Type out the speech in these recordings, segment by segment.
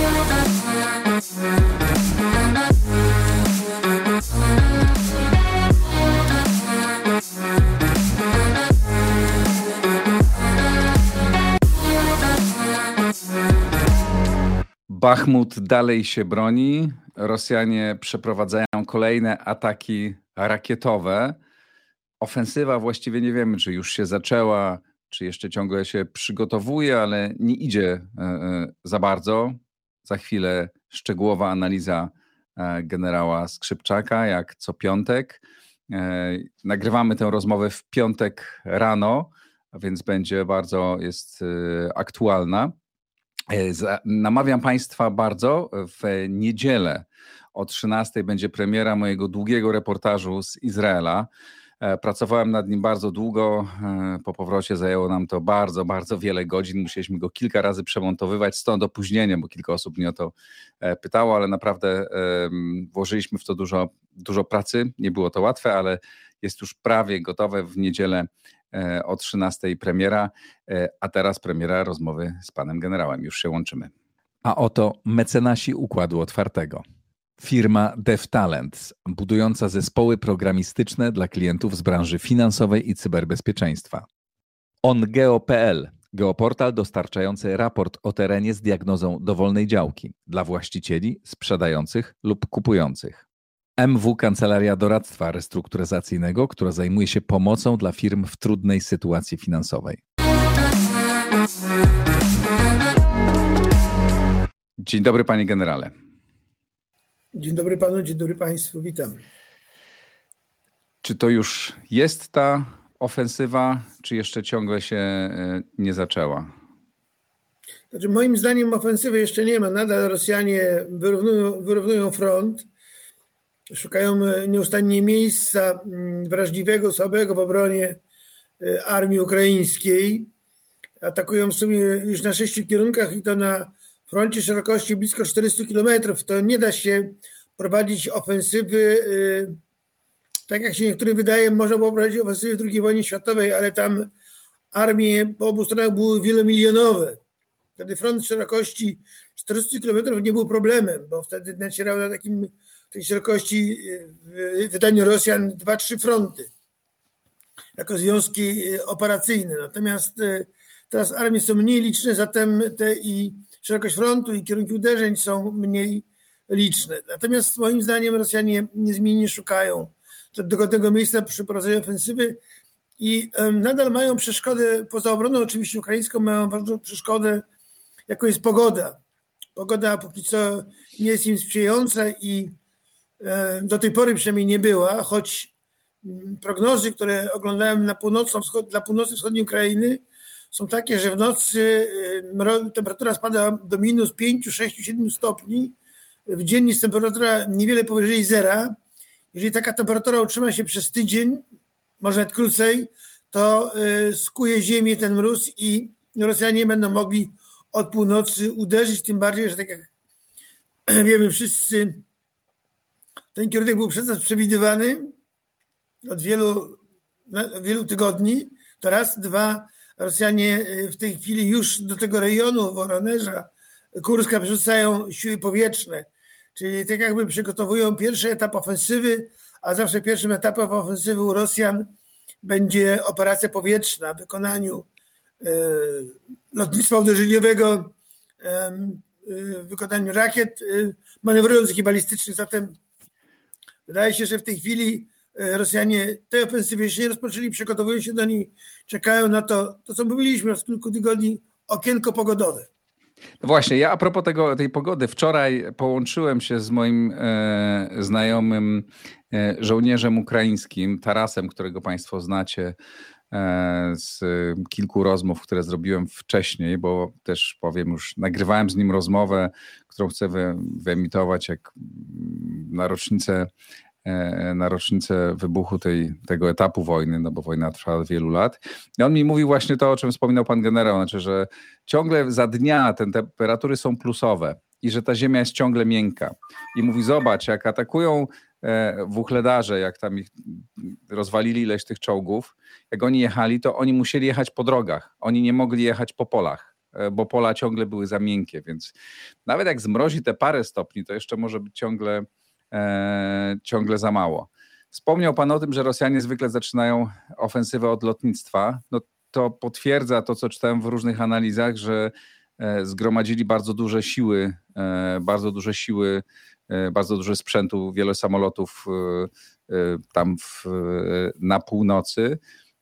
Bachmut dalej się broni. Rosjanie przeprowadzają kolejne ataki rakietowe. Ofensywa właściwie nie wiemy, czy już się zaczęła, czy jeszcze ciągle się przygotowuje, ale nie idzie za bardzo. Za chwilę szczegółowa analiza generała Skrzypczaka, jak co piątek. Nagrywamy tę rozmowę w piątek rano, a więc jest aktualna. Namawiam Państwa bardzo. W niedzielę o 13:00 będzie premiera mojego długiego reportażu z Izraela. Pracowałem nad nim bardzo długo. Po powrocie zajęło nam to bardzo, bardzo wiele godzin. Musieliśmy go kilka razy przemontowywać, stąd opóźnienie, bo kilka osób mnie o to pytało, ale naprawdę włożyliśmy w to dużo pracy. Nie było to łatwe, ale jest już prawie gotowe. W niedzielę o 13:00 premiera, a teraz premiera rozmowy z panem generałem. Już się łączymy. A oto mecenasi Układu Otwartego. Firma DevTalent, budująca zespoły programistyczne dla klientów z branży finansowej i cyberbezpieczeństwa. OnGeo.pl, geoportal dostarczający raport o terenie z diagnozą dowolnej działki dla właścicieli, sprzedających lub kupujących. MW Kancelaria Doradztwa Restrukturyzacyjnego, która zajmuje się pomocą dla firm w trudnej sytuacji finansowej. Dzień dobry, panie generale. Dzień dobry panu, dzień dobry państwu, witam. Czy to już jest ta ofensywa, czy jeszcze ciągle się nie zaczęła? Znaczy, moim zdaniem ofensywy jeszcze nie ma. Nadal Rosjanie wyrównują front, szukają nieustannie miejsca wrażliwego, słabego w obronie armii ukraińskiej. Atakują w sumie już na 6 kierunkach i to na froncie szerokości blisko 400 kilometrów. To nie da się prowadzić ofensywy, tak jak się niektórym wydaje, można było prowadzić ofensywy w II wojnie światowej, ale tam armie po obu stronach były wielomilionowe. Wtedy front szerokości 400 kilometrów nie był problemem, bo wtedy nacierały na tej szerokości w wydaniu Rosjan 2-3 fronty jako związki operacyjne. Natomiast teraz armie są mniej liczne, zatem i szerokość frontu i kierunki uderzeń są mniej liczne. Natomiast moim zdaniem Rosjanie niezmiennie szukają dogodnego miejsca przy prowadzeniu ofensywy i nadal mają przeszkodę, poza obroną oczywiście ukraińską, mają ważną przeszkodę, jaką jest pogoda. Pogoda póki co nie jest im sprzyjająca i do tej pory przynajmniej nie była, choć prognozy, które oglądałem dla północno-wschodniej Ukrainy, są takie, że w nocy temperatura spada do minus 5, 6, 7 stopni. W dzień jest temperatura niewiele powyżej zera. Jeżeli taka temperatura utrzyma się przez tydzień, może nawet krócej, to skuje ziemię ten mróz i Rosjanie będą mogli od północy uderzyć, tym bardziej, że tak jak wiemy wszyscy, ten kierunek był przez nas przewidywany od wielu tygodni. To raz, dwa, Rosjanie w tej chwili już do tego rejonu Woronerza, Kurska przerzucają siły powietrzne, czyli tak jakby przygotowują pierwszy etap ofensywy, a zawsze pierwszym etapem ofensywy u Rosjan będzie operacja powietrzna w wykonaniu lotnictwa uderzeniowego, w wykonaniu rakiet manewrujących i balistycznych. Zatem wydaje się, że w tej chwili Rosjanie tej ofensywy jeszcze nie rozpoczęli, przygotowują się do niej, czekają na to, co mówiliśmy od kilku tygodni, okienko pogodowe. No właśnie, ja a propos tej pogody, wczoraj połączyłem się z moim znajomym żołnierzem ukraińskim, Tarasem, którego państwo znacie z kilku rozmów, które zrobiłem wcześniej, bo też powiem, już nagrywałem z nim rozmowę, którą chcę wyemitować jak na rocznicę wybuchu tego etapu wojny, no bo wojna trwa od wielu lat. I on mi mówił właśnie to, o czym wspominał pan generał, znaczy, że ciągle za dnia te temperatury są plusowe i że ta ziemia jest ciągle miękka. I mówi, zobacz, jak atakują wuchledarze, jak tam ich rozwalili ileś tych czołgów, jak oni jechali, to oni musieli jechać po drogach. Oni nie mogli jechać po polach. bo pola ciągle były za miękkie, więc nawet jak zmrozi te parę stopni, to jeszcze może być ciągle za mało. Wspomniał pan o tym, że Rosjanie zwykle zaczynają ofensywę od lotnictwa. No to potwierdza to, co czytałem w różnych analizach, że zgromadzili bardzo duże siły, bardzo dużo sprzętu, wiele samolotów tam na północy.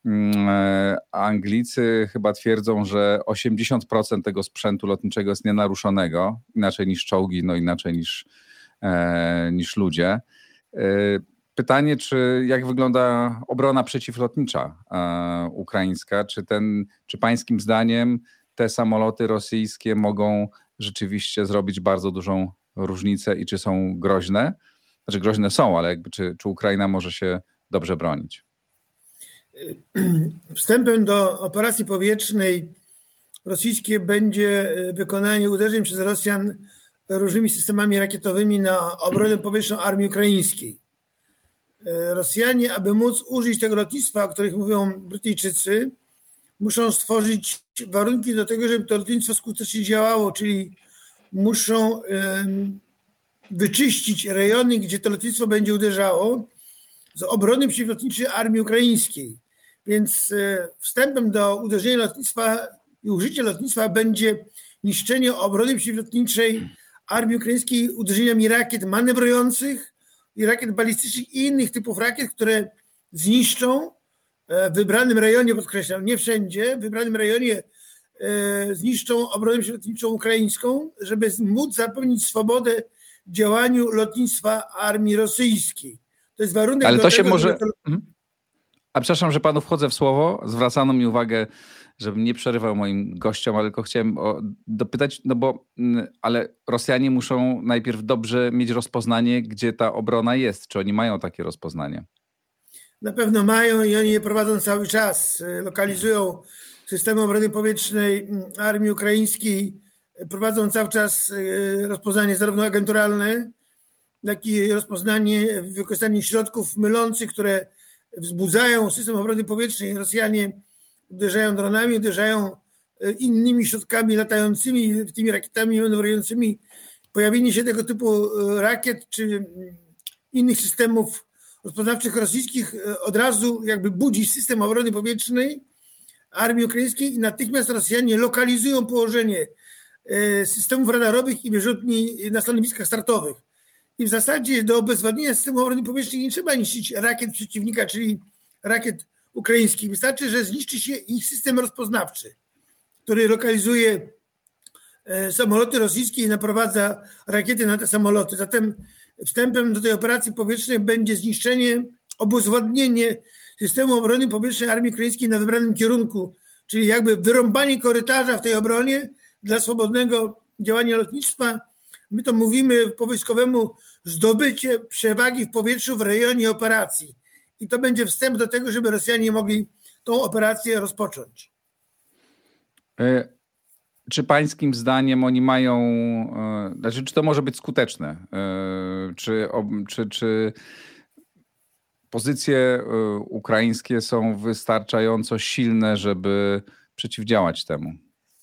Anglicy chyba twierdzą, że 80% tego sprzętu lotniczego jest nienaruszonego, inaczej niż czołgi, no inaczej niż ludzie. Pytanie, jak wygląda obrona przeciwlotnicza ukraińska? Czy pańskim zdaniem te samoloty rosyjskie mogą rzeczywiście zrobić bardzo dużą różnicę i czy są groźne? Znaczy groźne są, ale czy Ukraina może się dobrze bronić? Wstępem do operacji powietrznej rosyjskiej będzie wykonanie uderzeń przez Rosjan różnymi systemami rakietowymi na obronę powietrzną armii ukraińskiej. Rosjanie, aby móc użyć tego lotnictwa, o których mówią Brytyjczycy, muszą stworzyć warunki do tego, żeby to lotnictwo skutecznie działało, czyli muszą wyczyścić rejony, gdzie to lotnictwo będzie uderzało, z obrony przeciwlotniczej armii ukraińskiej. Więc wstępem do uderzenia lotnictwa i użycia lotnictwa będzie niszczenie obrony przeciwlotniczej armii ukraińskiej uderzeniami rakiet manewrujących i rakiet balistycznych i innych typów rakiet, które zniszczą w wybranym rejonie, podkreślam, nie wszędzie, w wybranym rejonie zniszczą obronę przeciwlotniczą ukraińską, żeby móc zapewnić swobodę działaniu lotnictwa armii rosyjskiej. To jest warunek. Ale to się może... A przepraszam, że panu wchodzę w słowo. Zwracano mi uwagę, żebym nie przerywał moim gościom, ale tylko chciałem dopytać, ale Rosjanie muszą najpierw dobrze mieć rozpoznanie, gdzie ta obrona jest. Czy oni mają takie rozpoznanie? Na pewno mają i oni je prowadzą cały czas. Lokalizują systemy obrony powietrznej armii ukraińskiej, prowadzą cały czas rozpoznanie zarówno agenturalne, jak i rozpoznanie w wykorzystaniu środków mylących, które wzbudzają system obrony powietrznej. Rosjanie uderzają dronami, uderzają innymi środkami latającymi, tymi rakietami manewrującymi. Pojawienie się tego typu rakiet czy innych systemów rozpoznawczych rosyjskich od razu jakby budzi system obrony powietrznej armii ukraińskiej i natychmiast Rosjanie lokalizują położenie systemów radarowych i wyrzutni na stanowiskach startowych. I w zasadzie do obezwładnienia systemu obrony powietrznej nie trzeba niszczyć rakiet przeciwnika, czyli rakiet ukraińskich. Wystarczy, że zniszczy się ich system rozpoznawczy, który lokalizuje samoloty rosyjskie i naprowadza rakiety na te samoloty. Zatem wstępem do tej operacji powietrznej będzie zniszczenie, obezwładnienie systemu obrony powietrznej armii ukraińskiej na wybranym kierunku, czyli jakby wyrąbanie korytarza w tej obronie dla swobodnego działania lotnictwa. My to mówimy po wojskowemu zdobycie przewagi w powietrzu w rejonie operacji. I to będzie wstęp do tego, żeby Rosjanie mogli tą operację rozpocząć. Czy pańskim zdaniem oni mają, czy to może być skuteczne? Czy pozycje ukraińskie są wystarczająco silne, żeby przeciwdziałać temu?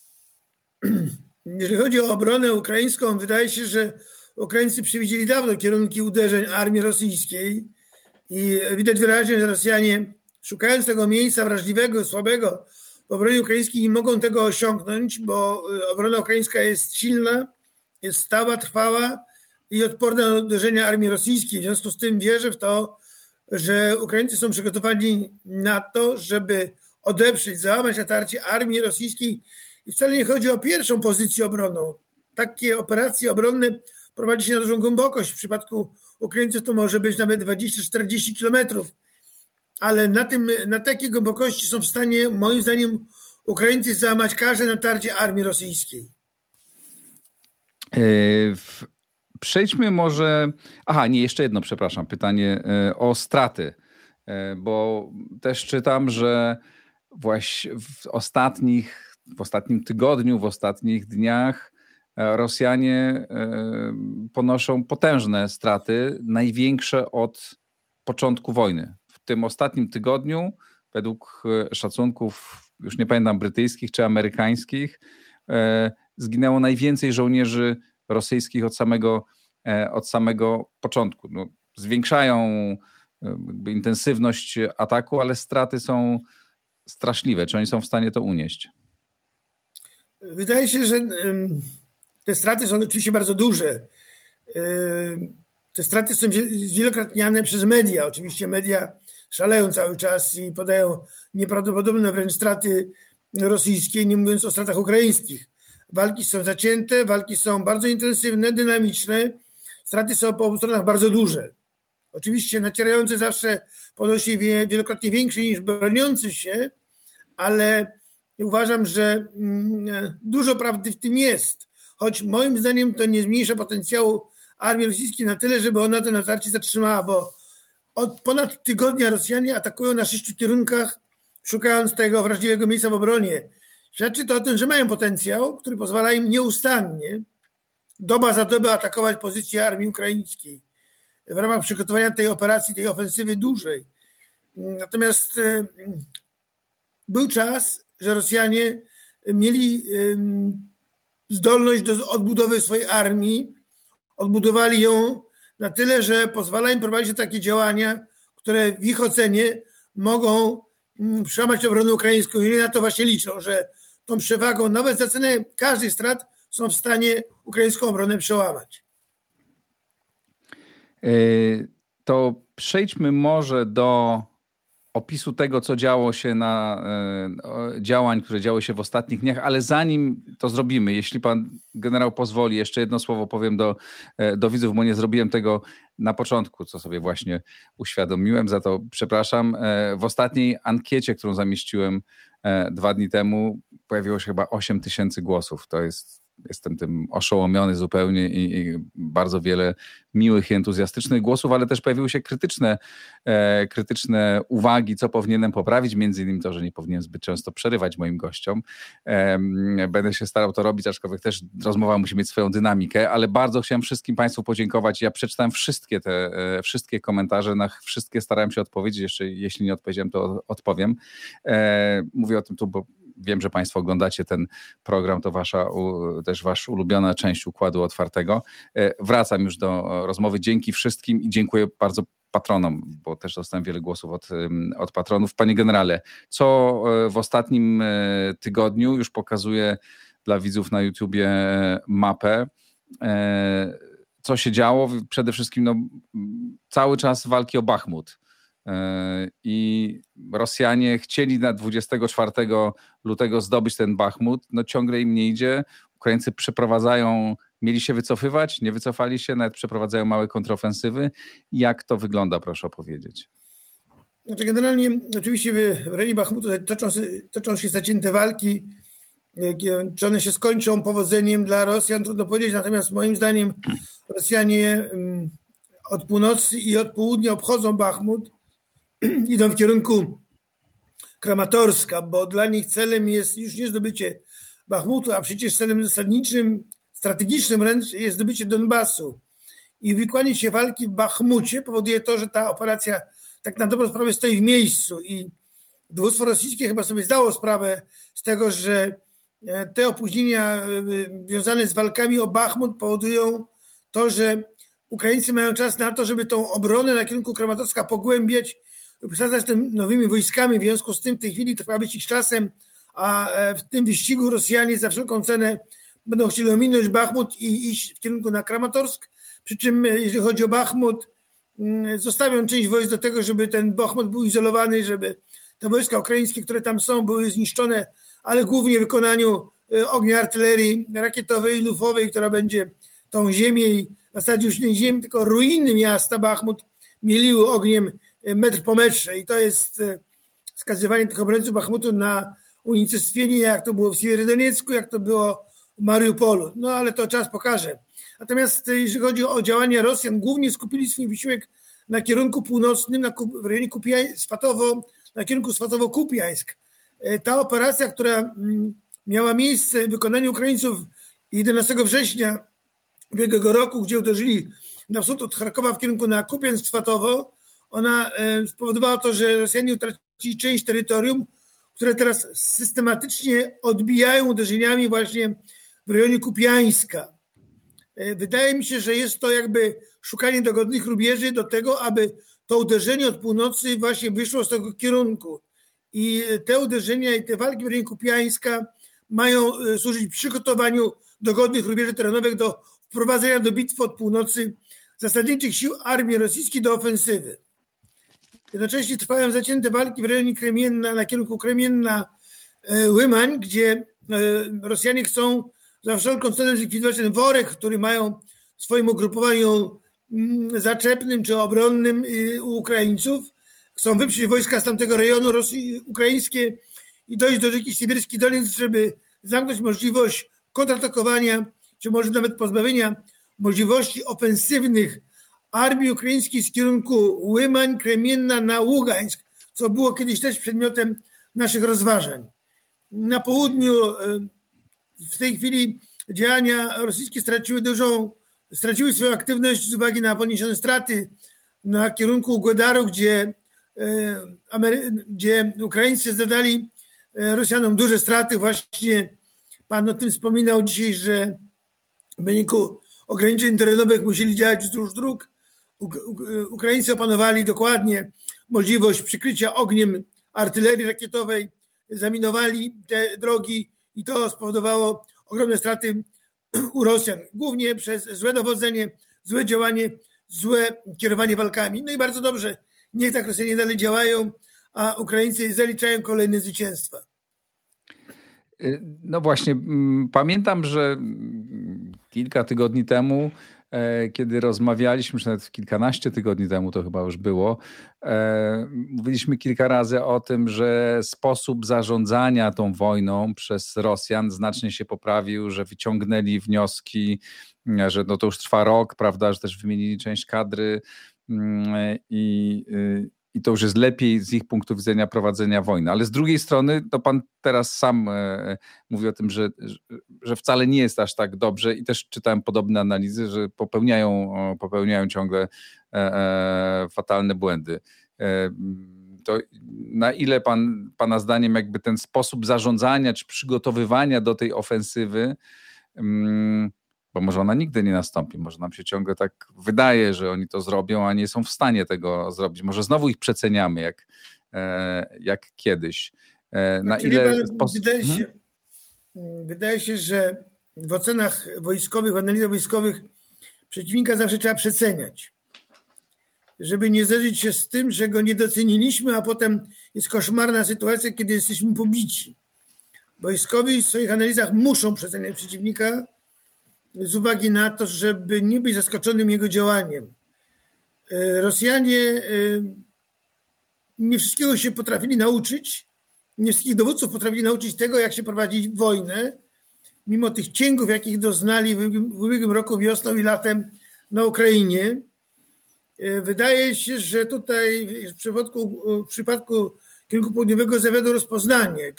Jeżeli chodzi o obronę ukraińską, wydaje się, że Ukraińcy przewidzieli dawno kierunki uderzeń armii rosyjskiej i widać wyraźnie, że Rosjanie, szukając tego miejsca wrażliwego, słabego w obronie ukraińskiej, nie mogą tego osiągnąć, bo obrona ukraińska jest silna, jest stała, trwała i odporna na uderzenia armii rosyjskiej. W związku z tym wierzę w to, że Ukraińcy są przygotowani na to, żeby odeprzeć, załamać natarcie armii rosyjskiej. I wcale nie chodzi o pierwszą pozycję obronną. Takie operacje obronne prowadzi się na dużą głębokość. W przypadku Ukraińców to może być nawet 20-40 kilometrów. Ale na takiej głębokości są w stanie, moim zdaniem, Ukraińcy załamać każde natarcie armii rosyjskiej. Przejdźmy może... jeszcze jedno, przepraszam, pytanie o straty. Bo też czytam, że właśnie w ostatnim tygodniu, w ostatnich dniach Rosjanie ponoszą potężne straty, największe od początku wojny. W tym ostatnim tygodniu, według szacunków, już nie pamiętam, brytyjskich czy amerykańskich, zginęło najwięcej żołnierzy rosyjskich od samego początku. No, zwiększają jakby intensywność ataku, ale straty są straszliwe. Czy oni są w stanie to unieść? Wydaje się, że te straty są oczywiście bardzo duże. Te straty są zwielokrotniane przez media. Oczywiście media szaleją cały czas i podają nieprawdopodobne wręcz straty rosyjskie, nie mówiąc o stratach ukraińskich. Walki są zacięte, walki są bardzo intensywne, dynamiczne. Straty są po obu stronach bardzo duże. Oczywiście nacierający zawsze ponosi wielokrotnie większy niż broniący się, ale uważam, że dużo prawdy w tym jest. Choć moim zdaniem to nie zmniejsza potencjału armii rosyjskiej na tyle, żeby ona to natarcie zatrzymała, bo od ponad tygodnia Rosjanie atakują na 6 kierunkach, szukając tego wrażliwego miejsca w obronie. Świadczy to o tym, że mają potencjał, który pozwala im nieustannie, doba za dobę atakować pozycje armii ukraińskiej w ramach przygotowania tej operacji, tej ofensywy dużej. Natomiast był czas, że Rosjanie mieli zdolność do odbudowy swojej armii, odbudowali ją na tyle, że pozwala im prowadzić takie działania, które w ich ocenie mogą przełamać obronę ukraińską. I na to właśnie liczą, że tą przewagą, nawet za cenę każdych strat, są w stanie ukraińską obronę przełamać. To przejdźmy może do opisu tego, co działo się działań, które działy się w ostatnich dniach, ale zanim to zrobimy, jeśli pan generał pozwoli, jeszcze jedno słowo powiem do widzów, bo nie zrobiłem tego na początku, co sobie właśnie uświadomiłem, za to przepraszam. W ostatniej ankiecie, którą zamieściłem 2 dni temu, pojawiło się chyba 8 000 głosów. Jestem tym oszołomiony zupełnie i bardzo wiele miłych i entuzjastycznych głosów, ale też pojawiły się krytyczne uwagi, co powinienem poprawić, między innymi to, że nie powinienem zbyt często przerywać moim gościom. Będę się starał to robić, aczkolwiek też rozmowa musi mieć swoją dynamikę, ale bardzo chciałem wszystkim Państwu podziękować. Ja przeczytałem wszystkie komentarze, na wszystkie starałem się odpowiedzieć, jeszcze jeśli nie odpowiedziałem, to odpowiem. Mówię o tym tu, bo wiem, że Państwo oglądacie ten program, to też wasza ulubiona część Układu Otwartego. Wracam już do rozmowy. Dzięki wszystkim i dziękuję bardzo patronom, bo też dostałem wiele głosów od patronów. Panie generale, co w ostatnim tygodniu, już pokazuję dla widzów na YouTubie mapę, co się działo? Przede wszystkim cały czas walki o Bachmut. I Rosjanie chcieli na 24 lutego zdobyć ten Bachmut, ciągle im nie idzie. Ukraińcy mieli się wycofywać, nie wycofali się, nawet przeprowadzają małe kontrofensywy. Jak to wygląda, proszę opowiedzieć? Generalnie oczywiście w rejonie Bachmutu toczą się zacięte walki. Czy one się skończą powodzeniem dla Rosjan, trudno powiedzieć, natomiast moim zdaniem Rosjanie od północy i od południa obchodzą Bachmut, idą w kierunku Kramatorska, bo dla nich celem jest już nie zdobycie Bachmutu, a przecież celem zasadniczym, strategicznym wręcz jest zdobycie Donbasu. I wykłanie się walki w Bachmucie powoduje to, że ta operacja tak na dobrą sprawę stoi w miejscu i dowództwo rosyjskie chyba sobie zdało sprawę z tego, że te opóźnienia związane z walkami o Bachmut powodują to, że Ukraińcy mają czas na to, żeby tą obronę na kierunku Kramatorska pogłębiać, wysadzać tym nowymi wojskami. W związku z tym w tej chwili trwa wyścig z czasem, a w tym wyścigu Rosjanie za wszelką cenę będą chcieli ominąć Bachmut i iść w kierunku na Kramatorsk. Przy czym jeżeli chodzi o Bachmut, zostawią część wojsk do tego, żeby ten Bachmut był izolowany, żeby te wojska ukraińskie, które tam są, były zniszczone, ale głównie w wykonaniu ognia artylerii rakietowej i lufowej, która będzie tą ziemię i w zasadzie już nie ziemię, tylko ruiny miasta Bachmut mieliły ogniem metr po metrze. I to jest skazywanie tych obrońców Bachmutu na unicestwienie, jak to było w Siewierodoniecku, jak to było w Mariupolu. Ale to czas pokaże. Natomiast jeżeli chodzi o działania Rosjan, głównie skupili swój wysiłek na kierunku północnym, w rejonie Swatowo, na kierunku Swatowo-Kupiańsk. Ta operacja, która miała miejsce w wykonaniu Ukraińców 11 września ubiegłego roku, gdzie uderzyli na wschód od Charkowa w kierunku na Kupiańsk-Swatowo, ona spowodowała to, że Rosjanie utracili część terytorium, które teraz systematycznie odbijają uderzeniami właśnie w rejonie Kupiańska. Wydaje mi się, że jest to jakby szukanie dogodnych rubieży do tego, aby to uderzenie od północy właśnie wyszło z tego kierunku. I te uderzenia i te walki w rejonie Kupiańska mają służyć przygotowaniu dogodnych rubieży terenowych do wprowadzenia do bitwy od północy zasadniczych sił armii rosyjskiej do ofensywy. Jednocześnie trwają zacięte walki w rejonie Kremienna, na kierunku Kremienna-Łymań, gdzie Rosjanie chcą za wszelką cenę zlikwidować ten worek, który mają w swoim ugrupowaniu zaczepnym czy obronnym u Ukraińców. Chcą wyprzeć wojska z tamtego rejonu ukraińskie i dojść do rzeki Sybirskiej Doliny, żeby zamknąć możliwość kontratakowania, czy może nawet pozbawienia możliwości ofensywnych armii ukraińskiej z kierunku Łymań, Kremienna na Ługańsk, co było kiedyś też przedmiotem naszych rozważań. Na południu w tej chwili działania rosyjskie straciły swoją aktywność z uwagi na poniesione straty na kierunku Głodaru, gdzie Ukraińcy zadali Rosjanom duże straty. Właśnie pan o tym wspominał dzisiaj, że w wyniku ograniczeń terenowych musieli działać wzdłuż dróg. Ukraińcy opanowali dokładnie możliwość przykrycia ogniem artylerii rakietowej, zaminowali te drogi i to spowodowało ogromne straty u Rosjan, głównie przez złe dowodzenie, złe działanie, złe kierowanie walkami. No i bardzo dobrze, niech tak Rosjanie dalej działają, a Ukraińcy zaliczają kolejne zwycięstwa. No właśnie, pamiętam, że kilka tygodni temu, kiedy rozmawialiśmy, czy nawet kilkanaście tygodni temu to chyba już było, mówiliśmy kilka razy o tym, że sposób zarządzania tą wojną przez Rosjan znacznie się poprawił, że wyciągnęli wnioski, że no to już trwa rok, prawda, że też wymienili część kadry i to już jest lepiej z ich punktu widzenia prowadzenia wojny. Ale z drugiej strony, to pan teraz sam mówi o tym, że wcale nie jest aż tak dobrze i też czytałem podobne analizy, że popełniają ciągle fatalne błędy. To na ile pana zdaniem jakby ten sposób zarządzania czy przygotowywania do tej ofensywy, bo może ona nigdy nie nastąpi, może nam się ciągle tak wydaje, że oni to zrobią, a nie są w stanie tego zrobić. Może znowu ich przeceniamy jak kiedyś. Na ile wydaje się, że w ocenach wojskowych, w analizach wojskowych przeciwnika zawsze trzeba przeceniać, żeby nie zderzyć się z tym, że go nie doceniliśmy, a potem jest koszmarna sytuacja, kiedy jesteśmy pobici. Wojskowi w swoich analizach muszą przeceniać przeciwnika z uwagi na to, żeby nie być zaskoczonym jego działaniem. Rosjanie nie wszystkiego się potrafili nauczyć, nie wszystkich dowódców potrafili nauczyć tego, jak się prowadzić wojnę, mimo tych cięgów, jakich doznali w ubiegłym roku wiosną i latem na Ukrainie. Wydaje się, że tutaj w przypadku kierunku południowego zawiodło rozpoznanie,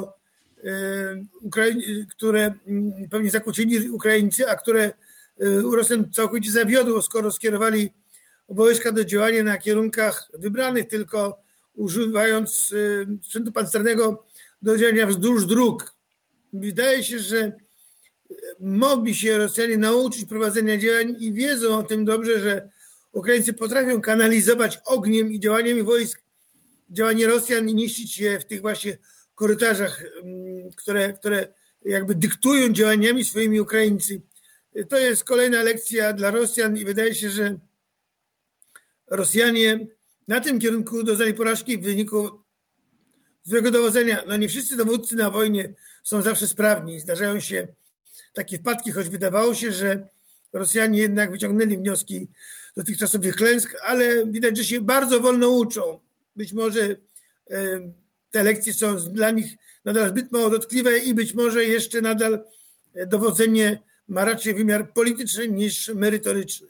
które pewnie zakłócili Ukraińcy, a które Rosjan całkowicie zawiodło, skoro skierowali wojska do działania na kierunkach wybranych, tylko używając sprzętu pancernego do działania wzdłuż dróg. Wydaje się, że mogli się Rosjanie nauczyć prowadzenia działań i wiedzą o tym dobrze, że Ukraińcy potrafią kanalizować ogniem i działaniami wojsk działanie Rosjan i niszczyć je w tych właśnie korytarzach, które jakby dyktują działaniami swoimi Ukraińcy. To jest kolejna lekcja dla Rosjan i wydaje się, że Rosjanie na tym kierunku doznali porażki w wyniku złego dowodzenia. No nie wszyscy dowódcy na wojnie są zawsze sprawni. Zdarzają się takie wpadki, choć wydawało się, że Rosjanie jednak wyciągnęli wnioski z dotychczasowych klęsk, ale widać, że się bardzo wolno uczą. Być może te lekcje są dla nich nadal zbyt mało dotkliwe i być może jeszcze nadal dowodzenie ma raczej wymiar polityczny niż merytoryczny.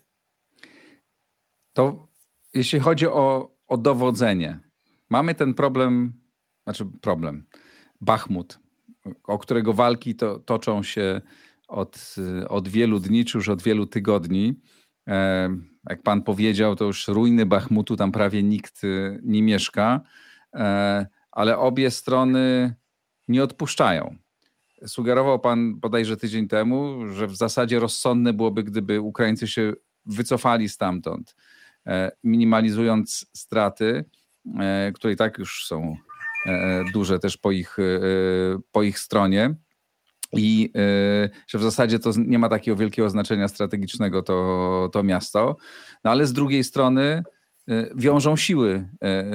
To jeśli chodzi o dowodzenie, mamy ten problem, Bachmut, o którego walki toczą się od wielu dni, czy już od wielu tygodni. Jak pan powiedział, to już ruiny Bachmutu, tam prawie nikt nie mieszka, ale obie strony nie odpuszczają. Sugerował pan bodajże tydzień temu, że w zasadzie rozsądne byłoby, gdyby Ukraińcy się wycofali stamtąd, minimalizując straty, które i tak już są duże też po ich stronie. I że w zasadzie to nie ma takiego wielkiego znaczenia strategicznego to miasto. No ale z drugiej strony wiążą siły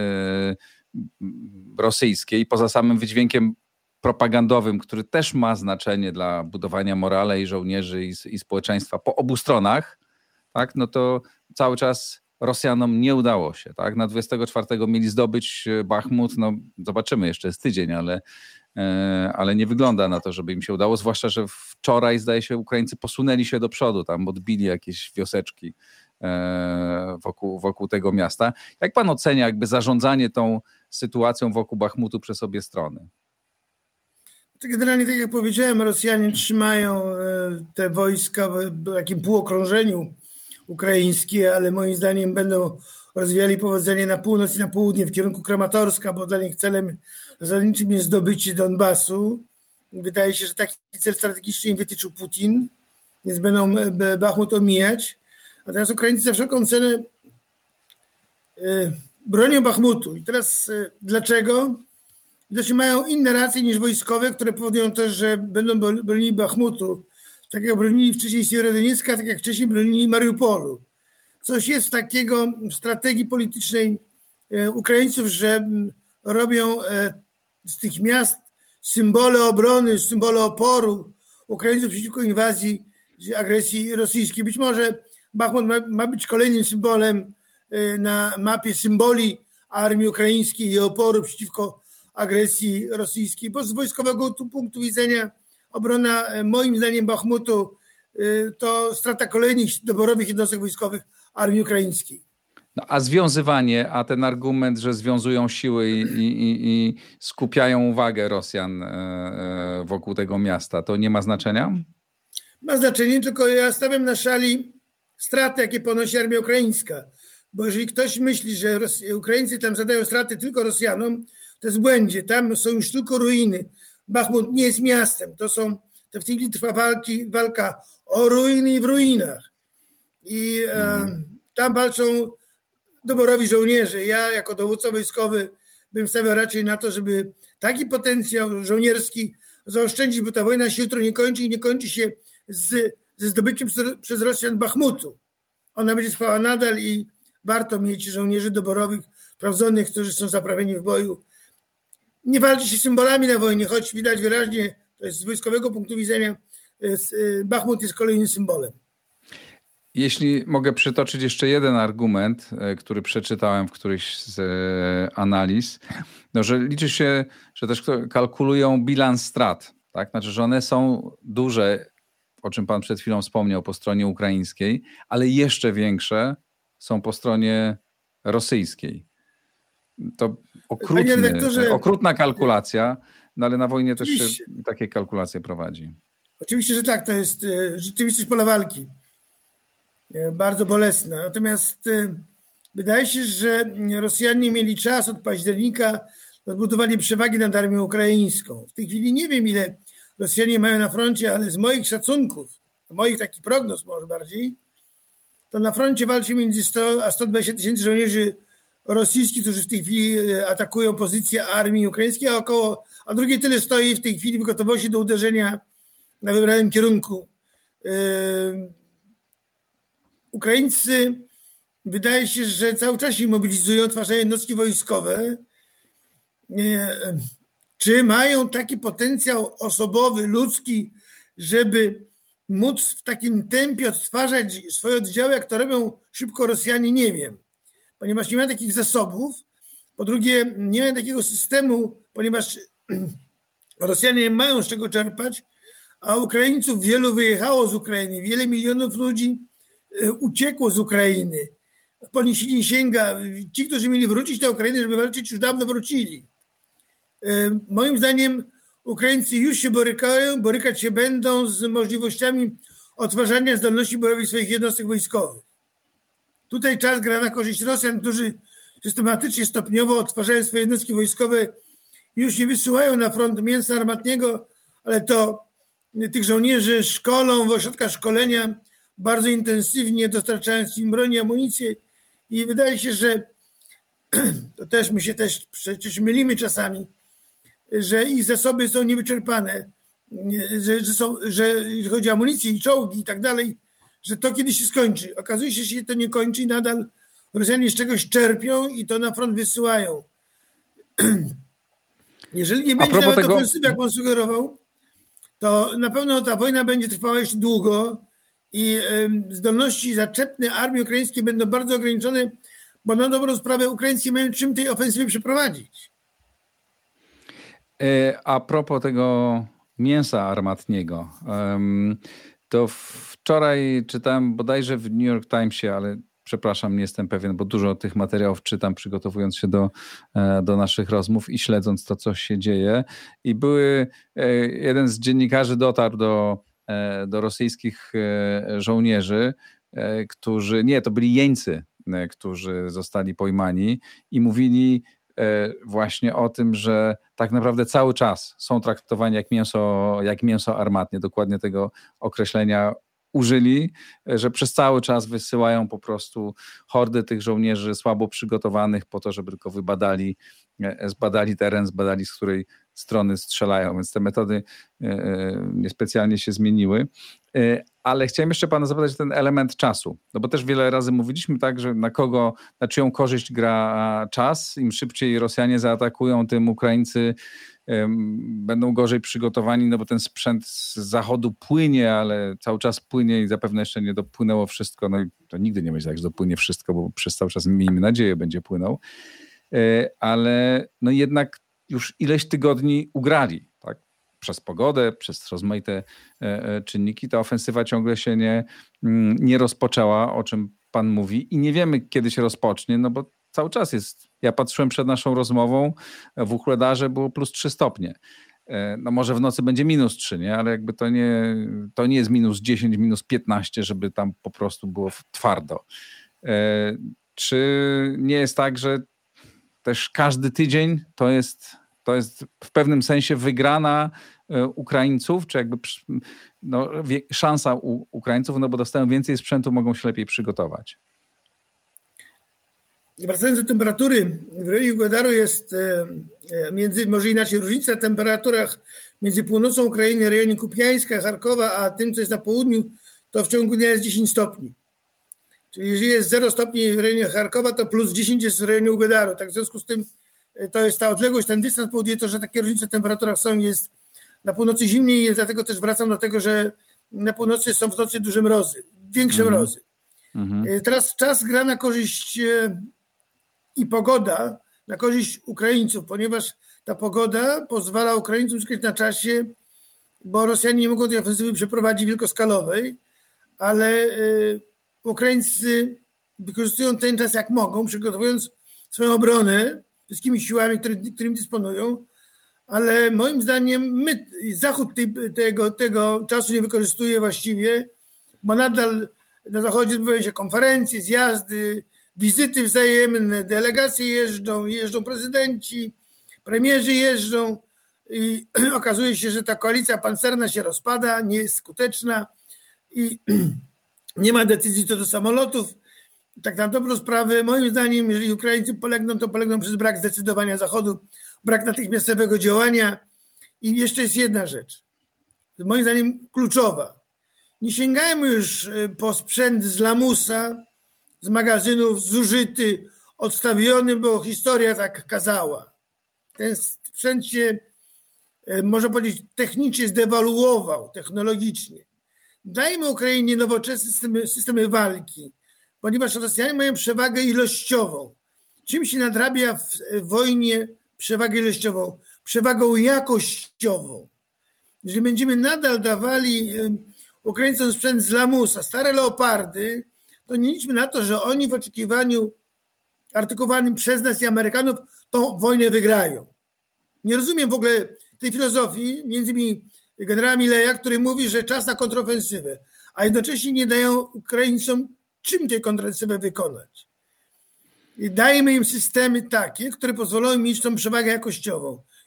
rosyjskie i poza samym wydźwiękiem propagandowym, który też ma znaczenie dla budowania morale i żołnierzy i społeczeństwa po obu stronach, tak, no to cały czas Rosjanom nie udało się. Tak? Na 24 mieli zdobyć Bachmut, no zobaczymy, jeszcze jest tydzień, ale nie wygląda na to, żeby im się udało, zwłaszcza, że wczoraj, zdaje się, Ukraińcy posunęli się do przodu, tam odbili jakieś wioseczki wokół tego miasta. Jak pan ocenia jakby zarządzanie tą sytuacją wokół Bachmutu przez obie strony? Generalnie, tak jak powiedziałem, Rosjanie trzymają te wojska w takim półokrążeniu ukraińskie, ale moim zdaniem będą rozwijali powodzenie na północ i na południe w kierunku Kramatorska, bo dla nich celem zasadniczym jest zdobycie Donbasu. Wydaje się, że taki cel strategiczny im wytyczył Putin, więc będą Bachmut omijać. Natomiast Ukraińcy za wszelką cenę bronią Bachmutu. I teraz dlaczego? Widocznie mają inne racje niż wojskowe, które powodują też, że będą bronili Bachmutu. Tak jak bronili wcześniej Sierodoniecka, tak jak wcześniej bronili Mariupolu. Coś jest takiego w strategii politycznej Ukraińców, że robią z tych miast symbole obrony, symbole oporu Ukraińców przeciwko inwazji, agresji rosyjskiej. Być może Bachmut ma być kolejnym symbolem na mapie symboli armii ukraińskiej i oporu przeciwko agresji rosyjskiej, bo z wojskowego punktu widzenia obrona, moim zdaniem, Bachmutu to strata kolejnych doborowych jednostek wojskowych armii ukraińskiej. No, a związywanie, a ten argument, że związują siły i skupiają uwagę Rosjan wokół tego miasta, to nie ma znaczenia? Ma znaczenie, tylko ja stawiam na szali straty, jakie ponosi armia ukraińska. Bo jeżeli ktoś myśli, że Ukraińcy tam zadają straty tylko Rosjanom, to jest w błędzie. Tam są już tylko ruiny. Bachmut nie jest miastem. To w tej chwili trwa walka o ruiny i w ruinach. I tam walczą doborowi żołnierze. Ja jako dowódca wojskowy bym stawiał raczej na to, żeby taki potencjał żołnierski zaoszczędzić, bo ta wojna się jutro nie kończy i nie kończy się ze zdobyciem przez Rosjan Bachmutu. Ona będzie trwała nadal i warto mieć żołnierzy doborowych, sprawdzonych, którzy są zaprawieni w boju. Nie walczy się symbolami na wojnie, choć widać wyraźnie, to jest z wojskowego punktu widzenia, Bachmut jest kolejnym symbolem. Jeśli mogę przytoczyć jeszcze jeden argument, który przeczytałem w którejś z analiz, no, że liczy się, że też kalkulują bilans strat, tak? Znaczy, że one są duże, o czym pan przed chwilą wspomniał, po stronie ukraińskiej, ale jeszcze większe są po stronie rosyjskiej. To okrutna kalkulacja, no ale na wojnie też się takie kalkulacje prowadzi. Oczywiście, że tak, to jest rzeczywistość pola walki. Bardzo bolesna. Natomiast wydaje się, że Rosjanie mieli czas od października na odbudowanie przewagi nad armią ukraińską. W tej chwili nie wiem, ile Rosjanie mają na froncie, ale z moich szacunków, moich takich prognoz może bardziej, to na froncie walczy między 100 a 120 tysięcy żołnierzy rosyjskich, którzy w tej chwili atakują pozycję armii ukraińskiej, a drugie tyle stoi w tej chwili w gotowości do uderzenia na wybranym kierunku. Ukraińcy wydaje się, że cały czas się mobilizują, tworząc jednostki wojskowe. Czy mają taki potencjał osobowy, ludzki, żeby móc w takim tempie odtwarzać swoje oddziały, jak to robią szybko Rosjanie, nie wiem. Ponieważ nie mają takich zasobów. Po drugie, nie mają takiego systemu, ponieważ Rosjanie mają z czego czerpać, a Ukraińców wielu wyjechało z Ukrainy. Wiele milionów ludzi uciekło z Ukrainy. Po nich się nie sięga. Ci, którzy mieli wrócić do Ukrainy, żeby walczyć, już dawno wrócili. Moim zdaniem Ukraińcy już się borykać się będą z możliwościami odtwarzania zdolności bojowych swoich jednostek wojskowych. Tutaj czas gra na korzyść Rosjan, którzy systematycznie, stopniowo odtwarzają swoje jednostki wojskowe już nie wysyłają na front mięsa armatniego, ale to tych żołnierzy szkolą w ośrodkach szkolenia bardzo intensywnie, dostarczając im broń i amunicję. I wydaje się, że to też my się też przecież mylimy czasami, że ich zasoby są niewyczerpane, że jeśli chodzi o amunicję i czołgi i tak dalej, że to kiedyś się skończy. Okazuje się, że się to nie kończy i nadal Rosjanie z czegoś czerpią i to na front wysyłają. Jeżeli nie będzie nawet ofensywy, jak on sugerował, to na pewno ta wojna będzie trwała jeszcze długo i zdolności zaczepne armii ukraińskiej będą bardzo ograniczone, bo na dobrą sprawę Ukraińcy mają czym tej ofensywy przeprowadzić. A propos tego mięsa armatniego, to wczoraj czytałem bodajże w New York Timesie, ale przepraszam, nie jestem pewien, bo dużo tych materiałów czytam, przygotowując się do naszych rozmów i śledząc to, co się dzieje. I jeden z dziennikarzy dotarł do rosyjskich żołnierzy, to byli jeńcy, którzy zostali pojmani i mówili właśnie o tym, że tak naprawdę cały czas są traktowani jak mięso armatnie. Dokładnie tego określenia użyli, że przez cały czas wysyłają po prostu hordy tych żołnierzy słabo przygotowanych po to, żeby tylko zbadali teren, zbadali, z której strony strzelają, więc te metody niespecjalnie się zmieniły. Ale chciałem jeszcze pana zapytać o ten element czasu, no bo też wiele razy mówiliśmy tak, że na czyją korzyść gra czas. Im szybciej Rosjanie zaatakują, tym Ukraińcy będą gorzej przygotowani, no bo ten sprzęt z zachodu płynie, ale cały czas płynie i zapewne jeszcze nie dopłynęło wszystko. No i to nigdy nie będzie tak, że dopłynie wszystko, bo przez cały czas, miejmy nadzieję, będzie płynął. Ale no jednak już ileś tygodni ugrali, tak? Przez pogodę, przez rozmaite czynniki. Ta ofensywa ciągle się nie rozpoczęła, o czym pan mówi i nie wiemy, kiedy się rozpocznie, no bo cały czas jest. Ja patrzyłem przed naszą rozmową, w Wuhledarze było +3 stopnie. No może w nocy będzie -3, nie? Ale jakby to nie jest -10, -15, żeby tam po prostu było twardo. Czy nie jest tak, że też każdy tydzień to jest w pewnym sensie wygrana Ukraińców, czy jakby szansa Ukraińców, no bo dostają więcej sprzętu, mogą się lepiej przygotować? Wracając do temperatury, w rejonie Wuhledaru jest może inaczej, różnica w temperaturach między północą Ukrainy, rejonie Kupiańska, Charkowa, a tym, co jest na południu, to w ciągu dnia jest 10 stopni. Czyli jeżeli jest 0 stopni w rejonie Charkowa, to +10 jest w rejonie Wuhledaru. Tak w związku z tym to jest ta odległość, ten dystans powoduje to, że takie różnice w temperaturach są, jest na północy zimniej i dlatego też wracam do tego, że na północy są w nocy duże mrozy, większe mrozy. Teraz czas gra na korzyść i pogoda na korzyść Ukraińców, ponieważ ta pogoda pozwala Ukraińcom zyskać na czasie, bo Rosjanie nie mogą tej ofensywy przeprowadzić wielkoskalowej, ale Ukraińcy wykorzystują ten czas jak mogą, przygotowując swoją obronę wszystkimi siłami, którymi dysponują, ale moim zdaniem Zachód tego czasu nie wykorzystuje właściwie, bo nadal na Zachodzie odbywają się konferencje, zjazdy, wizyty wzajemne, delegacje jeżdżą prezydenci, premierzy jeżdżą i okazuje się, że ta koalicja pancerna się rozpada, nie jest skuteczna i nie ma decyzji co do samolotów. Tak na dobrą sprawę, moim zdaniem, jeżeli Ukraińcy polegną, to polegną przez brak zdecydowania Zachodu, brak natychmiastowego działania. I jeszcze jest jedna rzecz, moim zdaniem kluczowa. Nie sięgajmy już po sprzęt z lamusa, z magazynów, zużyty, odstawiony, bo historia tak kazała. Ten sprzęt się, można powiedzieć, technicznie zdewaluował, technologicznie. Dajmy Ukrainie nowoczesne systemy walki, ponieważ Rosjanie mają przewagę ilościową. Czym się nadrabia w wojnie przewagę ilościową? Przewagą jakościową. Jeżeli będziemy nadal dawali Ukraińcom sprzęt z lamusa, stare leopardy, to nie liczmy na to, że oni w oczekiwaniu artykułowanym przez nas i Amerykanów tą wojnę wygrają. Nie rozumiem w ogóle tej filozofii, między innymi generała Mileja, który mówi, że czas na kontrofensywę, a jednocześnie nie dają Ukraińcom czym tę kontrofensywę wykonać. I dajmy im systemy takie, które pozwolą im mieć tą przewagę jakościową.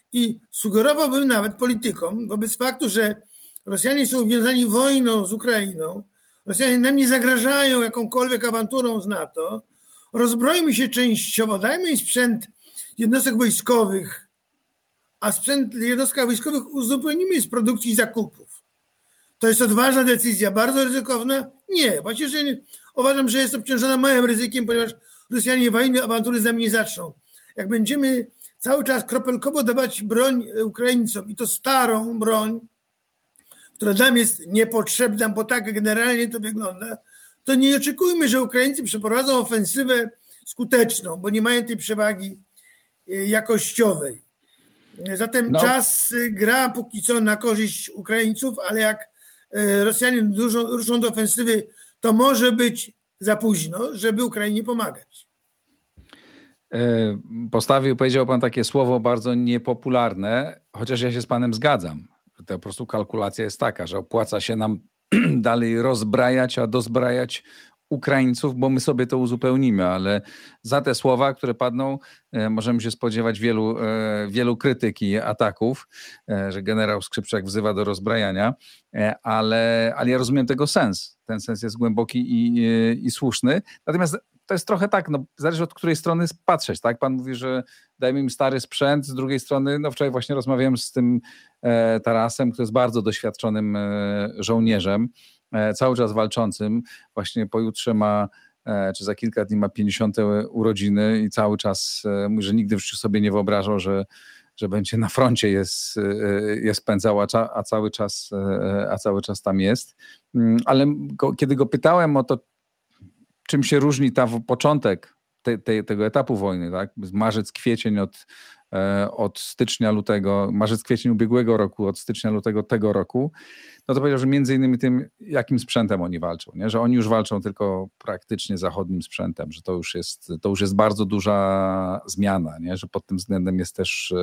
I sugerowałbym nawet politykom, wobec faktu, że Rosjanie są związani wojną z Ukrainą, Rosjanie nam nie zagrażają jakąkolwiek awanturą z NATO, rozbrojmy się częściowo, dajmy im sprzęt jednostek wojskowych, a sprzęt jednostek wojskowych uzupełnimy z produkcji i zakupów. To jest odważna decyzja, bardzo ryzykowna? Nie, właśnie, że uważam, że jest obciążona małym ryzykiem, ponieważ Rosjanie wojny, awantury z nami nie zaczną. Jak będziemy cały czas kropelkowo dawać broń Ukraińcom i to starą broń, która nam jest niepotrzebna, bo tak generalnie to wygląda, to nie oczekujmy, że Ukraińcy przeprowadzą ofensywę skuteczną, bo nie mają tej przewagi jakościowej. Zatem czas gra póki co na korzyść Ukraińców, ale jak Rosjanie ruszą do ofensywy, to może być za późno, żeby Ukrainie pomagać. Powiedział pan takie słowo bardzo niepopularne, chociaż ja się z panem zgadzam. To po prostu kalkulacja jest taka, że opłaca się nam dalej rozbrajać, a dozbrajać Ukraińców, bo my sobie to uzupełnimy, ale za te słowa, które padną, możemy się spodziewać wielu krytyk i ataków, że generał Skrzypczak wzywa do rozbrajania, ale ja rozumiem tego sens. Ten sens jest głęboki i słuszny. Natomiast to jest trochę tak, zależy od której strony patrzeć, tak? Pan mówi, że dajmy im stary sprzęt, z drugiej strony, wczoraj właśnie rozmawiałem z tym Tarasem, który jest bardzo doświadczonym żołnierzem, cały czas walczącym, właśnie pojutrze czy za kilka dni ma 50. urodziny i cały czas mówi, że nigdy w życiu sobie nie wyobrażał, że będzie na froncie je spędzał, a cały czas tam jest. Ale kiedy go pytałem o to, czym się różni początek tego etapu wojny, tak? Marzec, kwiecień od stycznia, lutego, marzec, kwiecień ubiegłego roku, od stycznia, lutego tego roku, no to powiedział, że między innymi tym, jakim sprzętem oni walczą, nie? Że oni już walczą tylko praktycznie zachodnim sprzętem, że to już jest bardzo duża zmiana, nie? Że pod tym względem jest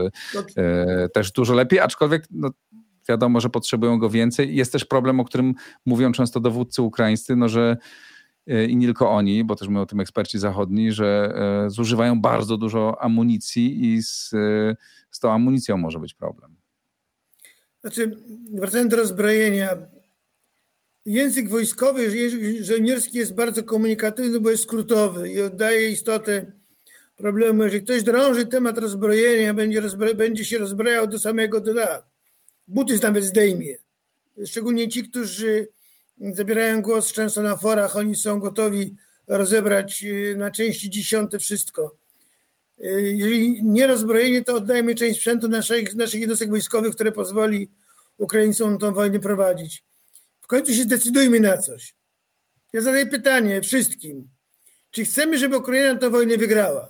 też dużo lepiej, aczkolwiek wiadomo, że potrzebują go więcej. Jest też problem, o którym mówią często dowódcy ukraińscy, że i nie tylko oni, bo też mówią o tym eksperci zachodni, że zużywają bardzo dużo amunicji i z tą amunicją może być problem. Znaczy, wracając do rozbrojenia, język wojskowy, żołnierski jest bardzo komunikatywny, bo jest skrótowy i oddaje istotę problemu. Jeżeli ktoś drąży temat rozbrojenia, będzie się rozbrajał do samego dna. Buty nawet zdejmie. Szczególnie ci, którzy zabierają głos często na forach, oni są gotowi rozebrać na części dziesiąte wszystko. Jeżeli nie rozbrojenie, to oddajmy część sprzętu naszych jednostek wojskowych, które pozwoli Ukraińcom tą wojnę prowadzić. W końcu się zdecydujmy na coś. Ja zadaję pytanie wszystkim. Czy chcemy, żeby Ukraina tę wojnę wygrała?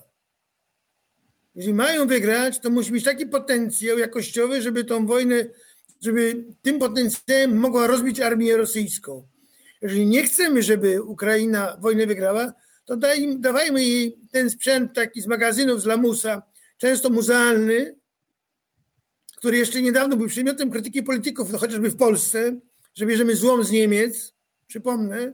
Jeżeli mają wygrać, to musi mieć taki potencjał jakościowy, żeby tą wojnę, żeby tym potencjałem mogła rozbić armię rosyjską. Jeżeli nie chcemy, żeby Ukraina wojnę wygrała, to dawajmy jej ten sprzęt taki z magazynów z lamusa, często muzealny, który jeszcze niedawno był przedmiotem krytyki polityków, chociażby w Polsce, że bierzemy złom z Niemiec, przypomnę.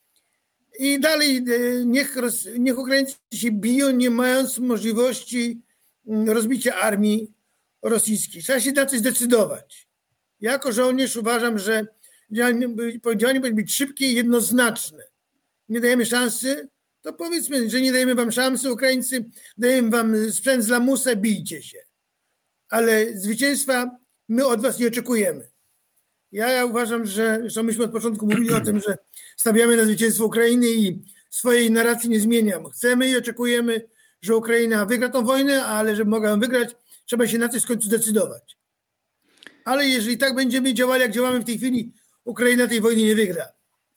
I dalej niech Ukraińcy się biją, nie mając możliwości rozbicia armii rosyjskiej. Trzeba się na coś zdecydować. Ja jako żołnierz uważam, że działanie powinno być szybkie i jednoznaczne. Nie dajemy szansy, to powiedzmy, że nie dajemy wam szansy, Ukraińcy, dajemy wam sprzęt z lamusa, bijcie się. Ale zwycięstwa my od was nie oczekujemy. Ja uważam, że myśmy od początku mówili o tym, że stawiamy na zwycięstwo Ukrainy i swojej narracji nie zmieniamy. Chcemy i oczekujemy, że Ukraina wygra tą wojnę, ale żeby mogła ją wygrać, trzeba się na coś w końcu zdecydować. Ale jeżeli tak będziemy działali, jak działamy w tej chwili, Ukraina tej wojny nie wygra.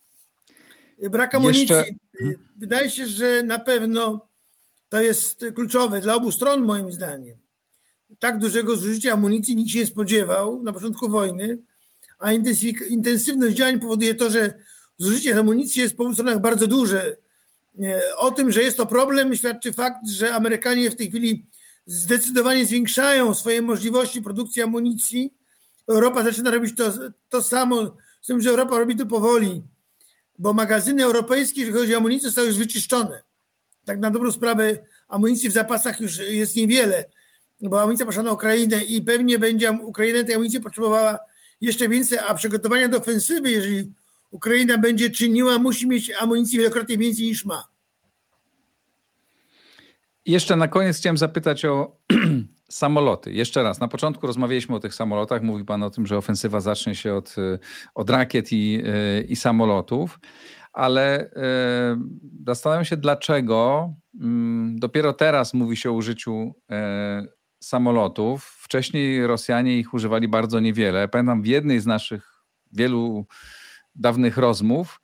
Brak amunicji. Wydaje się, że na pewno to jest kluczowe dla obu stron, moim zdaniem. Tak dużego zużycia amunicji nikt się nie spodziewał na początku wojny, a intensywność działań powoduje to, że zużycie amunicji jest po obu stronach bardzo duże. O tym, że jest to problem, świadczy fakt, że Amerykanie w tej chwili zdecydowanie zwiększają swoje możliwości produkcji amunicji. Europa zaczyna robić to samo, z tym, że Europa robi to powoli, bo magazyny europejskie, jeżeli chodzi o amunicję, zostały już wyczyszczone. Tak na dobrą sprawę amunicji w zapasach już jest niewiele. bo amunicja poszła na Ukrainę i pewnie będzie Ukraina tej amunicji potrzebowała jeszcze więcej, a przygotowania do ofensywy, jeżeli Ukraina będzie czyniła, musi mieć amunicji wielokrotnie więcej niż ma. Jeszcze na koniec chciałem zapytać o samoloty. Jeszcze raz, na początku rozmawialiśmy o tych samolotach. Mówi pan o tym, że ofensywa zacznie się od rakiet i samolotów, ale zastanawiam się, dlaczego dopiero teraz mówi się o użyciu samolotów. Wcześniej Rosjanie ich używali bardzo niewiele. Pamiętam w jednej z naszych wielu dawnych rozmów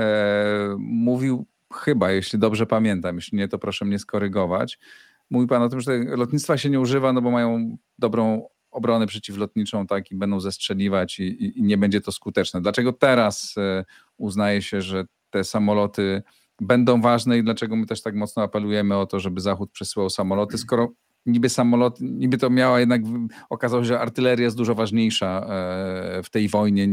mówił, chyba, jeśli dobrze pamiętam, jeśli nie, to proszę mnie skorygować, mówi pan o tym, że lotnictwa się nie używa, no bo mają dobrą obronę przeciwlotniczą, tak, i będą zestrzeliwać i nie będzie to skuteczne. Dlaczego teraz uznaje się, że te samoloty będą ważne i dlaczego my też tak mocno apelujemy o to, żeby Zachód przesyłał samoloty, skoro niby to miała jednak, okazało się, że artyleria jest dużo ważniejsza w tej wojnie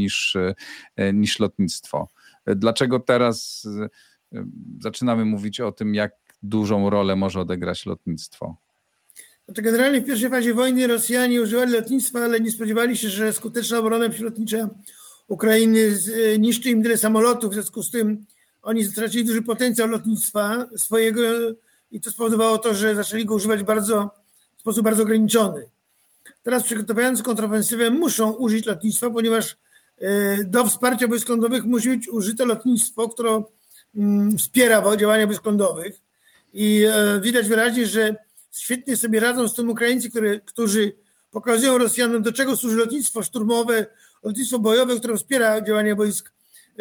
niż lotnictwo. Dlaczego teraz zaczynamy mówić o tym, jak dużą rolę może odegrać lotnictwo? To generalnie w pierwszej fazie wojny Rosjanie używali lotnictwa, ale nie spodziewali się, że skuteczna obrona przeciwlotnicza Ukrainy zniszczy im tyle samolotów. W związku z tym oni stracili duży potencjał lotnictwa swojego i to spowodowało to, że zaczęli go używać w sposób bardzo ograniczony. Teraz przygotowując kontrofensywę muszą użyć lotnictwa, ponieważ do wsparcia wojsk lądowych musi być użyte lotnictwo, które wspiera działania wojsk lądowych i widać wyraźnie, że świetnie sobie radzą z tym Ukraińcy, którzy pokazują Rosjanom, do czego służy lotnictwo szturmowe, lotnictwo bojowe, które wspiera działania wojsk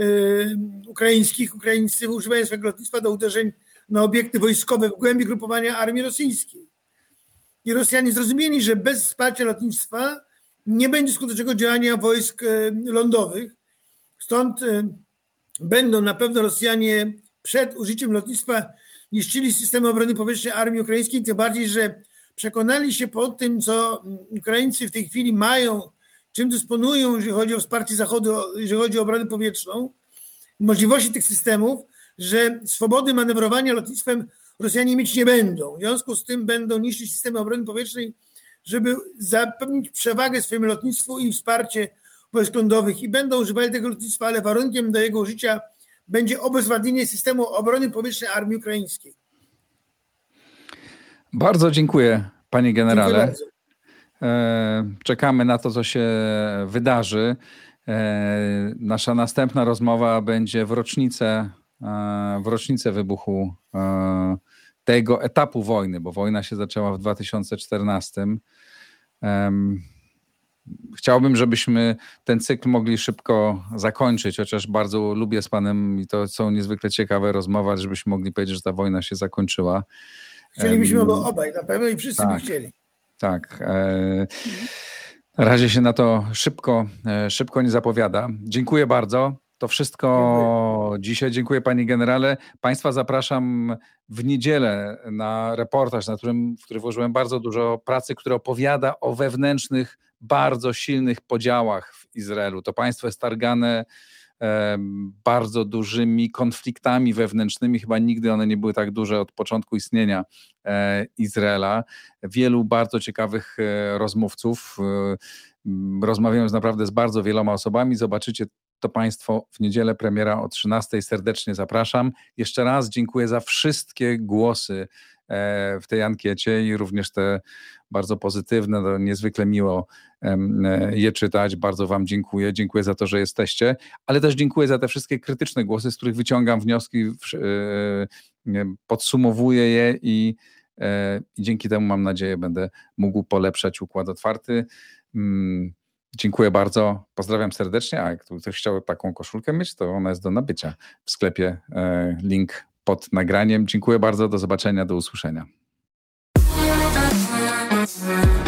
ukraińskich. Ukraińcy używają swojego lotnictwa do uderzeń na obiekty wojskowe w głębi grupowania armii rosyjskiej. I Rosjanie zrozumieli, że bez wsparcia lotnictwa nie będzie skutecznego działania wojsk lądowych. Stąd będą na pewno Rosjanie przed użyciem lotnictwa niszczyli systemy obrony powietrznej armii ukraińskiej, tym bardziej, że przekonali się po tym, co Ukraińcy w tej chwili mają, czym dysponują, jeżeli chodzi o wsparcie Zachodu, jeżeli chodzi o obronę powietrzną, możliwości tych systemów, że swobody manewrowania lotnictwem Rosjanie mieć nie będą. W związku z tym będą niszczyć systemy obrony powietrznej, żeby zapewnić przewagę swojemu lotnictwu i wsparcie wojsk lądowych i będą używali tego lotnictwa, ale warunkiem do jego użycia będzie obezwładnienie systemu obrony powietrznej armii ukraińskiej. Bardzo dziękuję, panie generale. Dziękuję bardzo. Czekamy na to, co się wydarzy. Nasza następna rozmowa będzie w rocznicę wybuchu tego etapu wojny, bo wojna się zaczęła w 2014. Chciałbym, żebyśmy ten cykl mogli szybko zakończyć, chociaż bardzo lubię z panem i to są niezwykle ciekawe rozmowy, żebyśmy mogli powiedzieć, że ta wojna się zakończyła. Chcielibyśmy obaj na pewno i wszyscy by chcieli. Tak. Na razie się na to szybko nie zapowiada. Dziękuję bardzo. To wszystko dzisiaj. Dziękuję, panie generale. Państwa zapraszam w niedzielę na reportaż, w który włożyłem bardzo dużo pracy, który opowiada o wewnętrznych, bardzo silnych podziałach w Izraelu. To państwo jest targane bardzo dużymi konfliktami wewnętrznymi. Chyba nigdy one nie były tak duże od początku istnienia Izraela. Wielu bardzo ciekawych rozmówców. Rozmawiałem naprawdę z bardzo wieloma osobami. Zobaczycie to państwo w niedzielę, premiera o 13:00. Serdecznie zapraszam. Jeszcze raz dziękuję za wszystkie głosy w tej ankiecie i również te bardzo pozytywne, to niezwykle miło je czytać. Bardzo wam dziękuję. Dziękuję za to, że jesteście, ale też dziękuję za te wszystkie krytyczne głosy, z których wyciągam wnioski, podsumowuję je i dzięki temu, mam nadzieję, będę mógł polepszać układ otwarty. Dziękuję bardzo, pozdrawiam serdecznie, a jak ktoś chciał taką koszulkę mieć, to ona jest do nabycia w sklepie, link pod nagraniem. Dziękuję bardzo, do zobaczenia, do usłyszenia.